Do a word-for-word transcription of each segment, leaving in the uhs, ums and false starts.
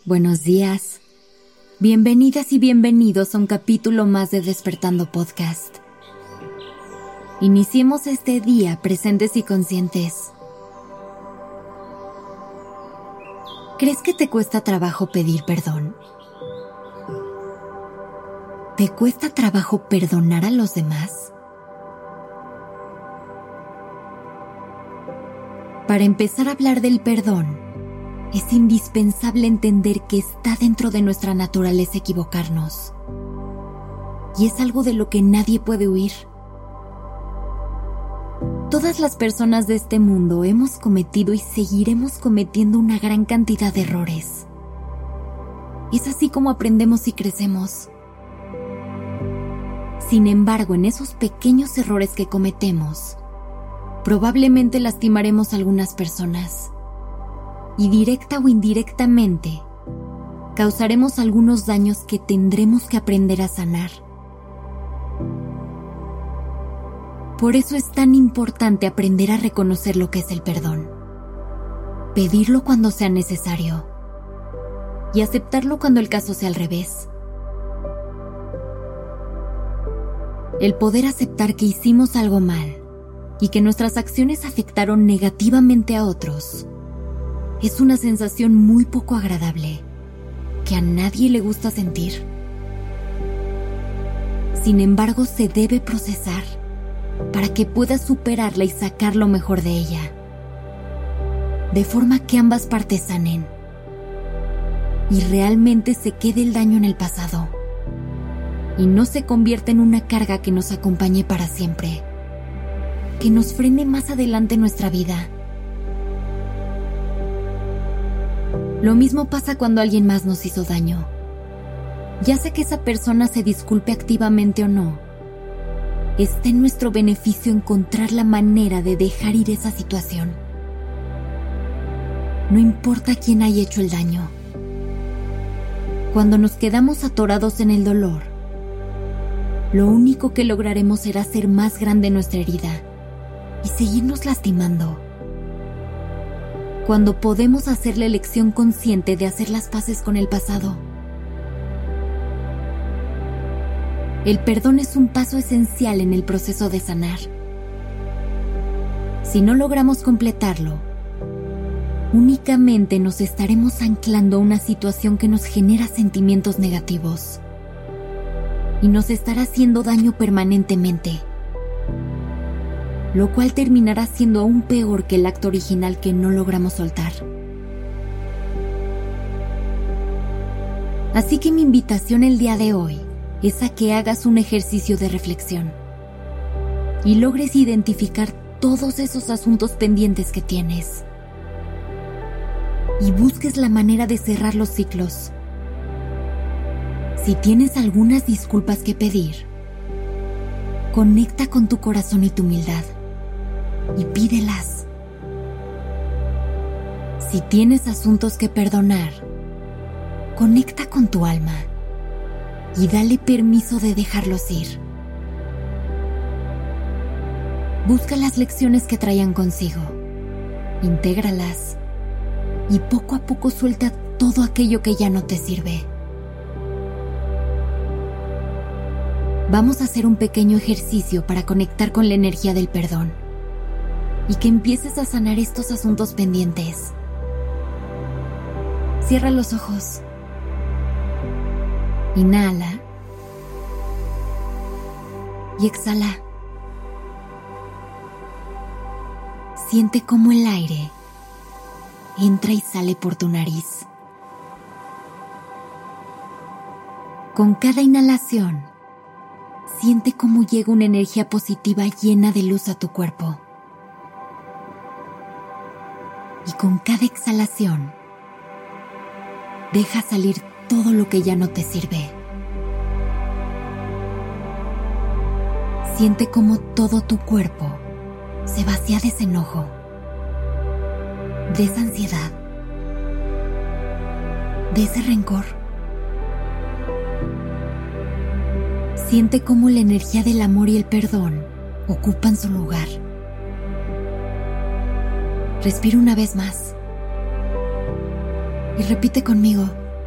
Buenos días. Bienvenidas y bienvenidos a un capítulo más de Despertando Podcast. Iniciemos este día presentes y conscientes. ¿Crees que te cuesta trabajo pedir perdón? ¿Te cuesta trabajo perdonar a los demás? Para empezar a hablar del perdón, es indispensable entender que está dentro de nuestra naturaleza equivocarnos. Y es algo de lo que nadie puede huir. Todas las personas de este mundo hemos cometido y seguiremos cometiendo una gran cantidad de errores. Es así como aprendemos y crecemos. Sin embargo, en esos pequeños errores que cometemos, probablemente lastimaremos a algunas personas. Y directa o indirectamente, causaremos algunos daños que tendremos que aprender a sanar. Por eso es tan importante aprender a reconocer lo que es el perdón, pedirlo cuando sea necesario y aceptarlo cuando el caso sea al revés. El poder aceptar que hicimos algo mal y que nuestras acciones afectaron negativamente a otros es una sensación muy poco agradable que a nadie le gusta sentir. Sin embargo, se debe procesar para que puedas superarla y sacar lo mejor de ella, de forma que ambas partes sanen y realmente se quede el daño en el pasado y no se convierta en una carga que nos acompañe para siempre, que nos frene más adelante en nuestra vida. Lo mismo pasa cuando alguien más nos hizo daño. Ya sea que esa persona se disculpe activamente o no, está en nuestro beneficio encontrar la manera de dejar ir esa situación. No importa quién haya hecho el daño. Cuando nos quedamos atorados en el dolor, lo único que lograremos será hacer más grande nuestra herida y seguirnos lastimando. Cuando podemos hacer la elección consciente de hacer las paces con el pasado. El perdón es un paso esencial en el proceso de sanar. Si no logramos completarlo, únicamente nos estaremos anclando a una situación que nos genera sentimientos negativos y nos estará haciendo daño permanentemente, lo cual terminará siendo aún peor que el acto original que no logramos soltar. Así que mi invitación el día de hoy es a que hagas un ejercicio de reflexión y logres identificar todos esos asuntos pendientes que tienes y busques la manera de cerrar los ciclos. Si tienes algunas disculpas que pedir, conecta con tu corazón y tu humildad y pídelas. Si tienes asuntos que perdonar, conecta con tu alma y dale permiso de dejarlos ir. Busca las lecciones que traían consigo, intégralas y poco a poco suelta todo aquello que ya no te sirve. Vamos a hacer un pequeño ejercicio para conectar con la energía del perdón y que empieces a sanar estos asuntos pendientes. Cierra los ojos. Inhala. Y exhala. Siente cómo el aire entra y sale por tu nariz. Con cada inhalación, siente cómo llega una energía positiva llena de luz a tu cuerpo. Y con cada exhalación, deja salir todo lo que ya no te sirve. Siente cómo todo tu cuerpo se vacía de ese enojo, de esa ansiedad, de ese rencor. Siente cómo la energía del amor y el perdón ocupan su lugar. Respira una vez más y repite conmigo: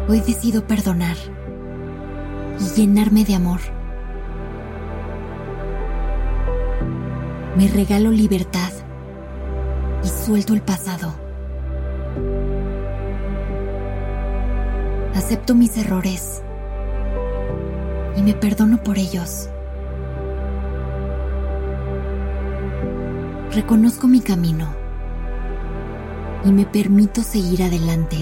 Hoy decido perdonar y llenarme de amor. Me regalo libertad y suelto el pasado. Acepto mis errores y me perdono por ellos. Reconozco mi camino y me permito seguir adelante.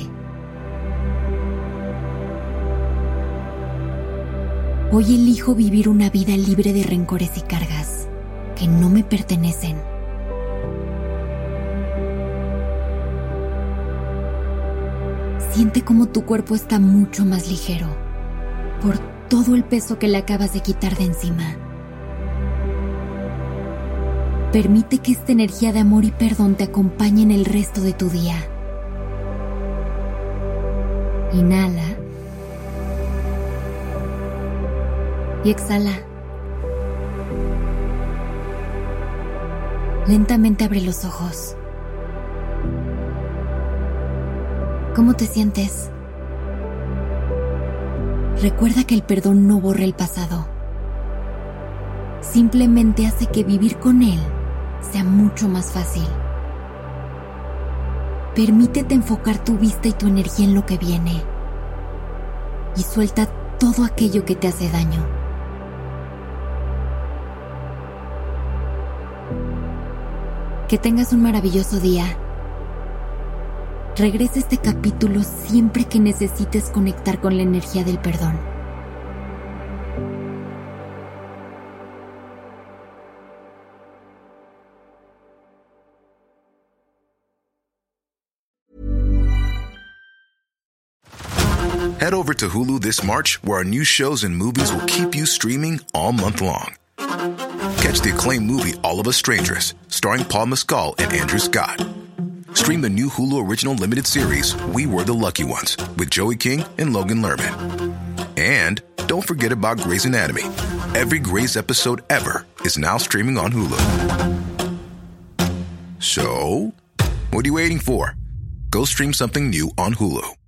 Hoy elijo vivir una vida libre de rencores y cargas que no me pertenecen. Siente cómo tu cuerpo está mucho más ligero por todo el peso que le acabas de quitar de encima. Permite que esta energía de amor y perdón te acompañe en el resto de tu día. Inhala. Y exhala. Lentamente abre los ojos. ¿Cómo te sientes? Recuerda que el perdón no borra el pasado. Simplemente hace que vivir con él sea mucho más fácil. Permítete enfocar tu vista y tu energía en lo que viene y suelta todo aquello que te hace daño. Que tengas un maravilloso día. Regresa a este capítulo siempre que necesites conectar con la energía del perdón. Head over to Hulu this March, where our new shows and movies will keep you streaming all month long. Catch the acclaimed movie All of Us Strangers, starring Paul Mescal and Andrew Scott. Stream the new Hulu original limited series We Were the Lucky Ones with Joey King and Logan Lerman. And don't forget about Grey's Anatomy. Every Grey's episode ever is now streaming on Hulu. So, what are you waiting for? Go stream something new on Hulu.